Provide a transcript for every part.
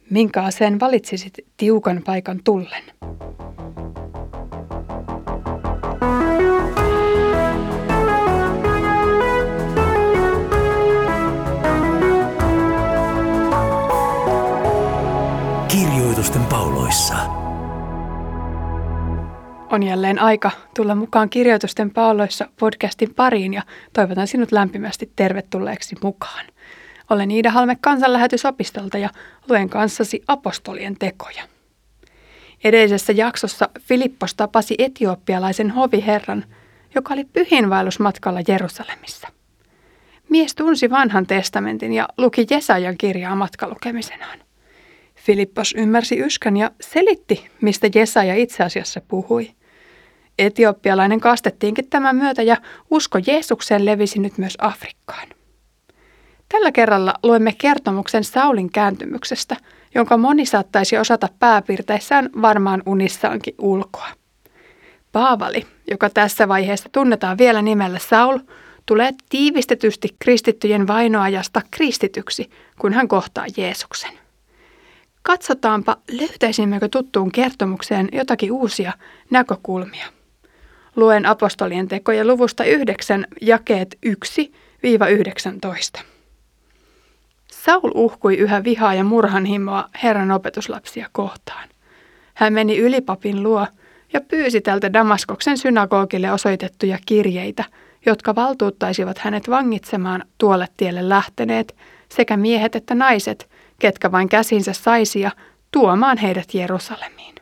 Minkä aseen valitsisit tiukan paikan tullen? Kirjoitusten pauloissa. On jälleen aika tulla mukaan Kirjoitusten pauloissa podcastin pariin ja toivotan sinut lämpimästi tervetulleeksi mukaan. Olen Iida Halme Kansanlähetysopistolta ja luen kanssasi apostolien tekoja. Edellisessä jaksossa Filippos tapasi etiopialaisen hoviherran, joka oli pyhinvaellusmatkalla Jerusalemissa. Mies tunsi vanhan testamentin ja luki Jesajan kirjaa matkalukemisenaan. Filippos ymmärsi yskän ja selitti, mistä Jesaja itse asiassa puhui. Etiopialainen kastettiinkin tämän myötä ja usko Jeesukseen levisi nyt myös Afrikkaan. Tällä kerralla luemme kertomuksen Saulin kääntymyksestä, jonka moni saattaisi osata pääpiirteissään varmaan unissaankin ulkoa. Paavali, joka tässä vaiheessa tunnetaan vielä nimellä Saul, tulee tiivistetysti kristittyjen vainoajasta kristityksi, kun hän kohtaa Jeesuksen. Katsotaanpa, löytäisimmekö tuttuun kertomukseen jotakin uusia näkökulmia. Luen apostolien tekoja luvusta 9, jakeet 1-19. Saul uhkui yhä vihaa ja murhanhimoa Herran opetuslapsia kohtaan. Hän meni ylipapin luo ja pyysi tältä Damaskoksen synagogille osoitettuja kirjeitä, jotka valtuuttaisivat hänet vangitsemaan tuolle tielle lähteneet, sekä miehet että naiset, ketkä vain käsinsä saisi, ja tuomaan heidät Jerusalemiin.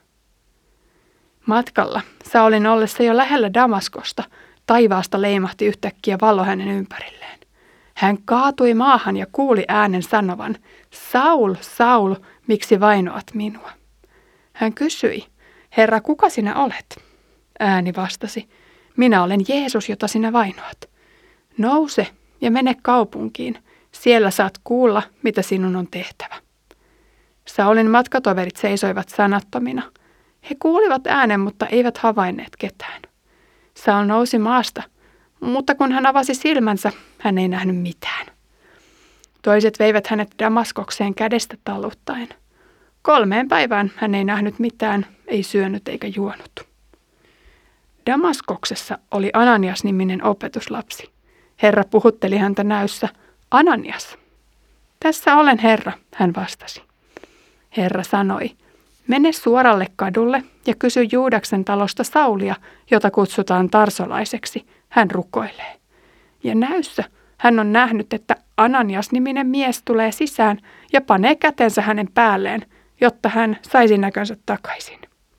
Matkalla Saulin ollessa jo lähellä Damaskosta taivaasta leimahti yhtäkkiä valo hänen ympärilleen. Hän kaatui maahan ja kuuli äänen sanovan, Saul, Saul, miksi vainoat minua? Hän kysyi, Herra, kuka sinä olet? Ääni vastasi, minä olen Jeesus, jota sinä vainoat. Nouse ja mene kaupunkiin, siellä saat kuulla, mitä sinun on tehtävä. Saulin matkatoverit seisoivat sanattomina. He kuulivat äänen, mutta eivät havainneet ketään. Saul nousi maasta, mutta kun hän avasi silmänsä, hän ei nähnyt mitään. Toiset veivät hänet Damaskokseen kädestä taluttaen. 3 päivään hän ei nähnyt mitään, ei syönyt eikä juonut. Damaskoksessa oli Ananias-niminen opetuslapsi. Herra puhutteli häntä näyssä, Ananias. Tässä olen, Herra, hän vastasi. Herra sanoi, mene suoralle kadulle ja kysy Juudaksen talosta Saulia, jota kutsutaan tarsolaiseksi. Hän rukoilee. Ja näyssä hän on nähnyt, että Ananias-niminen mies tulee sisään ja panee kätensä hänen päälleen, jotta hän saisi näkönsä takaisin.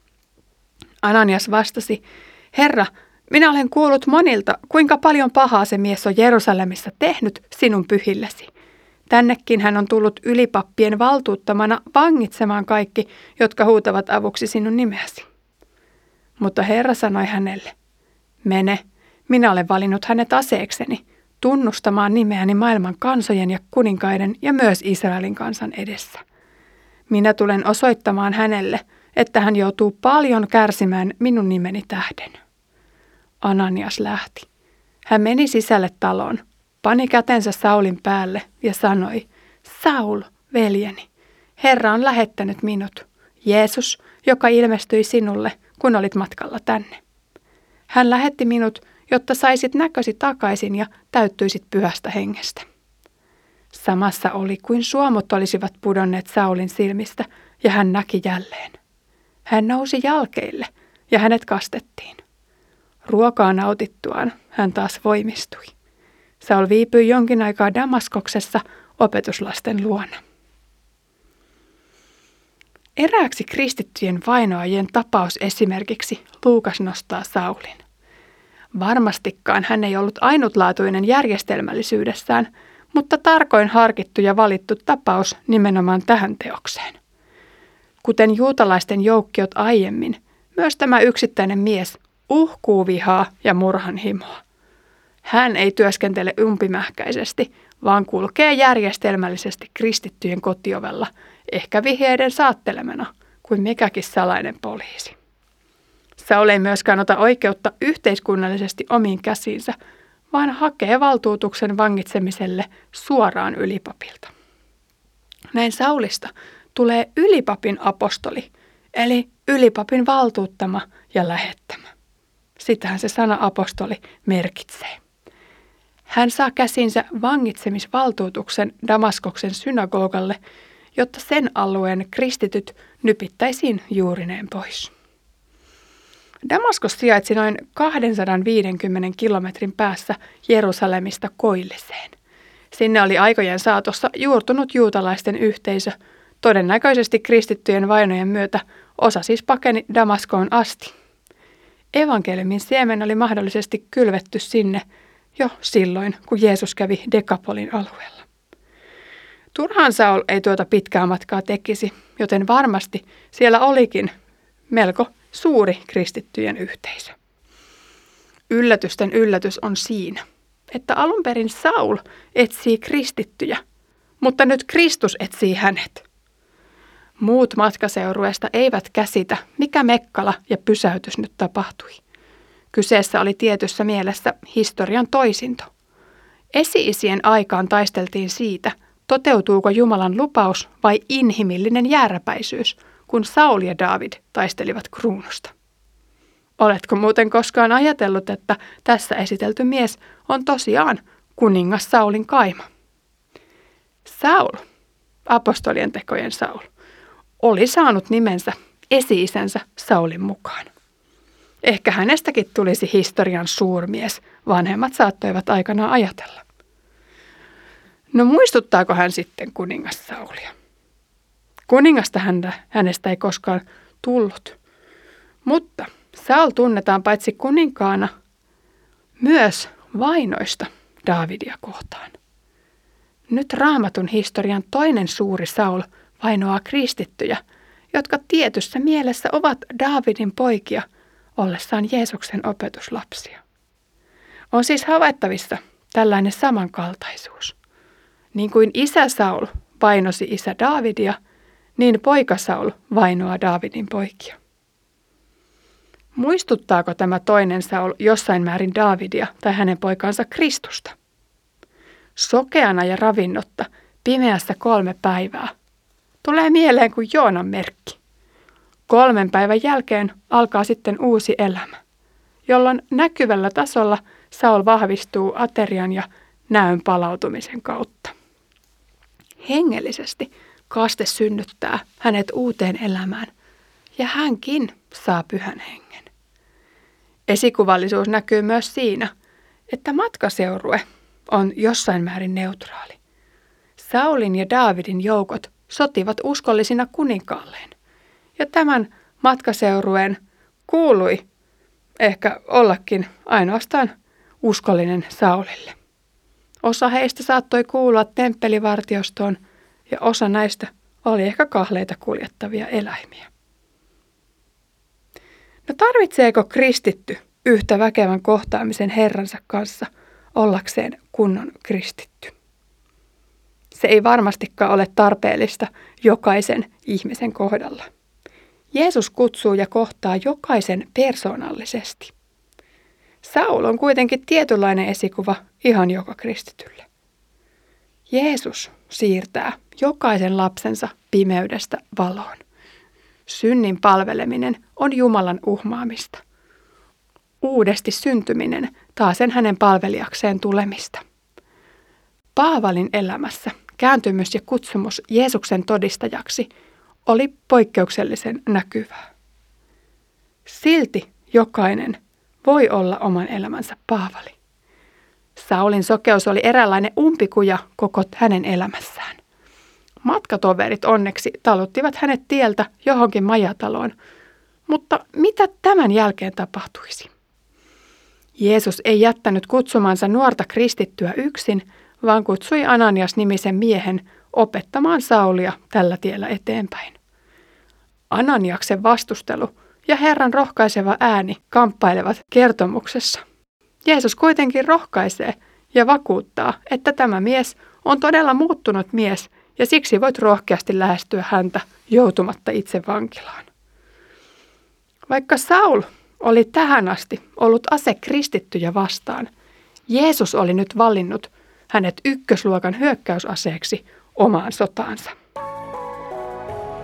Ananias vastasi, Herra, minä olen kuullut monilta, kuinka paljon pahaa se mies on Jerusalemissa tehnyt sinun pyhillesi. Tännekin hän on tullut ylipappien valtuuttamana vangitsemaan kaikki, jotka huutavat avuksi sinun nimeäsi. Mutta Herra sanoi hänelle, mene, minä olen valinnut hänet aseekseni, tunnustamaan nimeäni maailman kansojen ja kuninkaiden ja myös Israelin kansan edessä. Minä tulen osoittamaan hänelle, että hän joutuu paljon kärsimään minun nimeni tähden. Ananias lähti. Hän meni sisälle taloon, pani kätensä Saulin päälle ja sanoi, Saul, veljeni, Herra on lähettänyt minut, Jeesus, joka ilmestyi sinulle, kun olit matkalla tänne. Hän lähetti minut, jotta saisit näkösi takaisin ja täyttyisit pyhästä hengestä. Samassa oli kuin suomut olisivat pudonneet Saulin silmistä ja hän näki jälleen. Hän nousi jalkeille ja hänet kastettiin. Ruokaa nautittuaan hän taas voimistui. Saul viipyi jonkin aikaa Damaskoksessa opetuslasten luona. Erääksi kristittyjen vainoajien tapaus esimerkiksi Luukas nostaa Saulin. Varmastikaan hän ei ollut ainutlaatuinen järjestelmällisyydessään, mutta tarkoin harkittu ja valittu tapaus nimenomaan tähän teokseen. Kuten juutalaisten joukkiot aiemmin, myös tämä yksittäinen mies uhkuu vihaa ja murhanhimoa. Hän ei työskentele umpimähkäisesti, vaan kulkee järjestelmällisesti kristittyjen kotiovella, ehkä vihjeiden saattelemana, kuin mikäkin salainen poliisi. Saul ei myöskään ota oikeutta yhteiskunnallisesti omiin käsiinsä, vaan hakee valtuutuksen vangitsemiselle suoraan ylipapilta. Näin Saulista tulee ylipapin apostoli, eli ylipapin valtuuttama ja lähettämä. Sitähän se sana apostoli merkitsee. Hän saa käsinsä vangitsemisvaltuutuksen Damaskoksen synagogalle, jotta sen alueen kristityt nypittäisiin juurineen pois. Damaskos sijaitsi noin 250 kilometrin päässä Jerusalemista koilliseen. Sinne oli aikojen saatossa juurtunut juutalaisten yhteisö, todennäköisesti kristittyjen vainojen myötä osa siis pakeni Damaskoon asti. Evankeliumin siemen oli mahdollisesti kylvetty sinne jo silloin, kun Jeesus kävi Dekapolin alueella. Turhaan Saul ei tuota pitkää matkaa tekisi, joten varmasti siellä olikin melko suuri kristittyjen yhteisö. Yllätysten yllätys on siinä, että alun perin Saul etsii kristittyjä, mutta nyt Kristus etsii hänet. Muut matkaseurueesta eivät käsitä, mikä mekkala ja pysäytys nyt tapahtui. Kyseessä oli tietyssä mielessä historian toisinto. Esi-isien aikaan taisteltiin siitä, toteutuuko Jumalan lupaus vai inhimillinen jääräpäisyys, kun Saul ja Daavid taistelivat kruunusta. Oletko muuten koskaan ajatellut, että tässä esitelty mies on tosiaan kuningas Saulin kaima? Saul, apostolien tekojen Saul, oli saanut nimensä esi-isänsä Saulin mukaan. Ehkä hänestäkin tulisi historian suurmies, vanhemmat saattoivat aikanaan ajatella. No muistuttaako hän sitten kuningas Saulia? Kuningasta hänestä ei koskaan tullut, mutta Saul tunnetaan paitsi kuninkaana myös vainoista Daavidia kohtaan. Nyt Raamatun historian toinen suuri Saul vainoaa kristittyjä, jotka tietyssä mielessä ovat Daavidin poikia ollessaan Jeesuksen opetuslapsia. On siis havaittavissa tällainen samankaltaisuus. Niin kuin isä Saul vainosi isä Daavidia, niin poika Saul vainoaa Daavidin poikia. Muistuttaako tämä toinen Saul jossain määrin Daavidia tai hänen poikaansa Kristusta? Sokeana ja ravinnotta, pimeässä 3 päivää. Tulee mieleen kuin Joonan merkki. 3 päivän jälkeen alkaa sitten uusi elämä, jolloin näkyvällä tasolla Saul vahvistuu aterian ja näön palautumisen kautta. Hengellisesti kaste synnyttää hänet uuteen elämään ja hänkin saa pyhän hengen. Esikuvallisuus näkyy myös siinä, että matkaseurue on jossain määrin neutraali. Saulin ja Daavidin joukot sotivat uskollisina kuninkaalleen, ja tämän matkaseurueen kuului ehkä ollakin ainoastaan uskollinen Saulille. Osa heistä saattoi kuulua temppelivartiostoon, ja osa näistä oli ehkä kahleita kuljettavia eläimiä. No tarvitseeko kristitty yhtä väkevän kohtaamisen Herransa kanssa ollakseen kunnon kristitty? Se ei varmastikaan ole tarpeellista jokaisen ihmisen kohdalla. Jeesus kutsuu ja kohtaa jokaisen persoonallisesti. Saul on kuitenkin tietynlainen esikuva ihan joka kristitylle. Jeesus siirtää jokaisen lapsensa pimeydestä valoon. Synnin palveleminen on Jumalan uhmaamista. Uudesti syntyminen taasen hänen palvelijakseen tulemista. Paavalin elämässä kääntymys ja kutsumus Jeesuksen todistajaksi oli poikkeuksellisen näkyvää. Silti jokainen voi olla oman elämänsä Paavali. Saulin sokeus oli eräänlainen umpikuja koko hänen elämässään. Matkatoverit onneksi taluttivat hänet tieltä johonkin majataloon, mutta mitä tämän jälkeen tapahtuisi? Jeesus ei jättänyt kutsumansa nuorta kristittyä yksin, vaan kutsui Ananias-nimisen miehen opettamaan Saulia tällä tiellä eteenpäin. Ananiaksen vastustelu ja Herran rohkaiseva ääni kamppailevat kertomuksessa. Jeesus kuitenkin rohkaisee ja vakuuttaa, että tämä mies on todella muuttunut mies ja siksi voit rohkeasti lähestyä häntä joutumatta itse vankilaan. Vaikka Saul oli tähän asti ollut ase kristittyjä vastaan, Jeesus oli nyt valinnut hänet ykkösluokan hyökkäysaseeksi omaan sotaansa.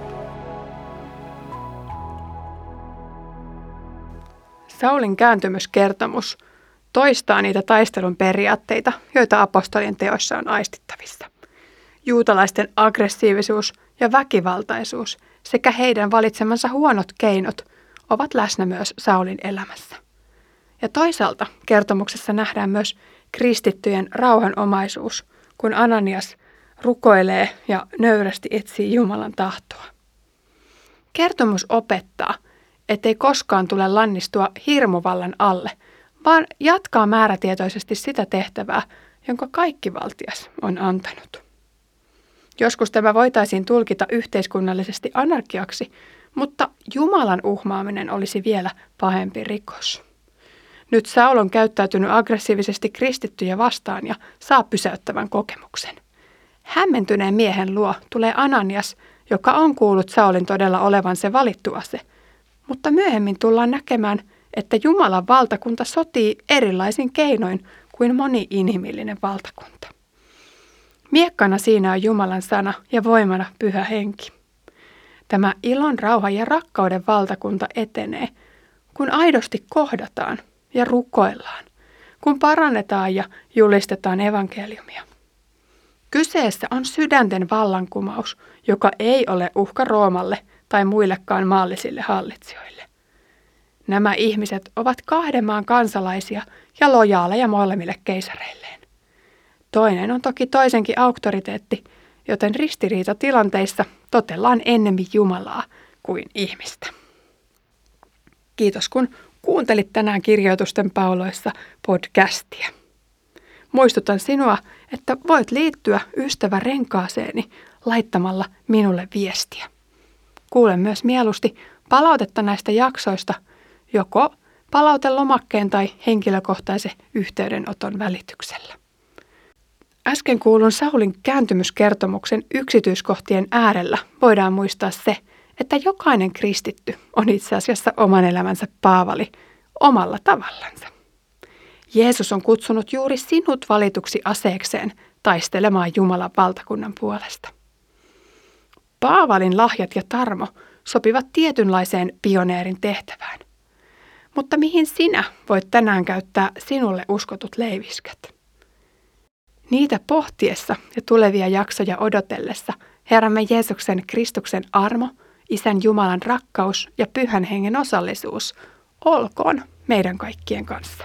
Saulin kääntymyskertomus toistaa niitä taistelun periaatteita, joita apostolien teoissa on aistittavissa. Juutalaisten aggressiivisuus ja väkivaltaisuus sekä heidän valitsemansa huonot keinot ovat läsnä myös Saulin elämässä. Ja toisaalta kertomuksessa nähdään myös kristittyjen rauhanomaisuus, kun Ananias rukoilee ja nöyrästi etsii Jumalan tahtoa. Kertomus opettaa, ettei koskaan tule lannistua hirmuvallan alle, vaan jatkaa määrätietoisesti sitä tehtävää, jonka kaikkivaltias on antanut. Joskus tämä voitaisiin tulkita yhteiskunnallisesti anarkiaksi, mutta Jumalan uhmaaminen olisi vielä pahempi rikos. Nyt Saul on käyttäytynyt aggressiivisesti kristittyjä vastaan ja saa pysäyttävän kokemuksen. Hämmentyneen miehen luo tulee Ananias, joka on kuullut Saulin todella olevan se valittu ase, mutta myöhemmin tullaan näkemään, että Jumalan valtakunta sotii erilaisin keinoin kuin moni inhimillinen valtakunta. Miekkana siinä on Jumalan sana ja voimana Pyhä Henki. Tämä ilon, rauhan ja rakkauden valtakunta etenee, kun aidosti kohdataan ja rukoillaan, kun parannetaan ja julistetaan evankeliumia. Kyseessä on sydänten vallankumous, joka ei ole uhka Roomalle tai muillekaan maallisille hallitsijoille. Nämä ihmiset ovat kahden maan kansalaisia ja lojaaleja molemmille keisareilleen. Toinen on toki toisenkin auktoriteetti, joten ristiriitatilanteissa totellaan ennemmin Jumalaa kuin ihmistä. Kiitos kun kuuntelit tänään Kirjoitusten pauloissa podcastia. Muistutan sinua, että voit liittyä ystävärenkaaseeni laittamalla minulle viestiä. Kuulen myös mieluusti palautetta näistä jaksoista joko palautelomakkeen tai henkilökohtaisen yhteydenoton välityksellä. Äsken kuulun Saulin kääntymyskertomuksen yksityiskohtien äärellä voidaan muistaa se, että jokainen kristitty on itse asiassa oman elämänsä Paavali omalla tavallansa. Jeesus on kutsunut juuri sinut valituksi aseekseen taistelemaan Jumalan valtakunnan puolesta. Paavalin lahjat ja tarmo sopivat tietynlaiseen pioneerin tehtävään. Mutta mihin sinä voit tänään käyttää sinulle uskotut leiviskät? Niitä pohtiessa ja tulevia jaksoja odotellessa Herramme Jeesuksen Kristuksen armo, Isän Jumalan rakkaus ja Pyhän Hengen osallisuus olkoon meidän kaikkien kanssa.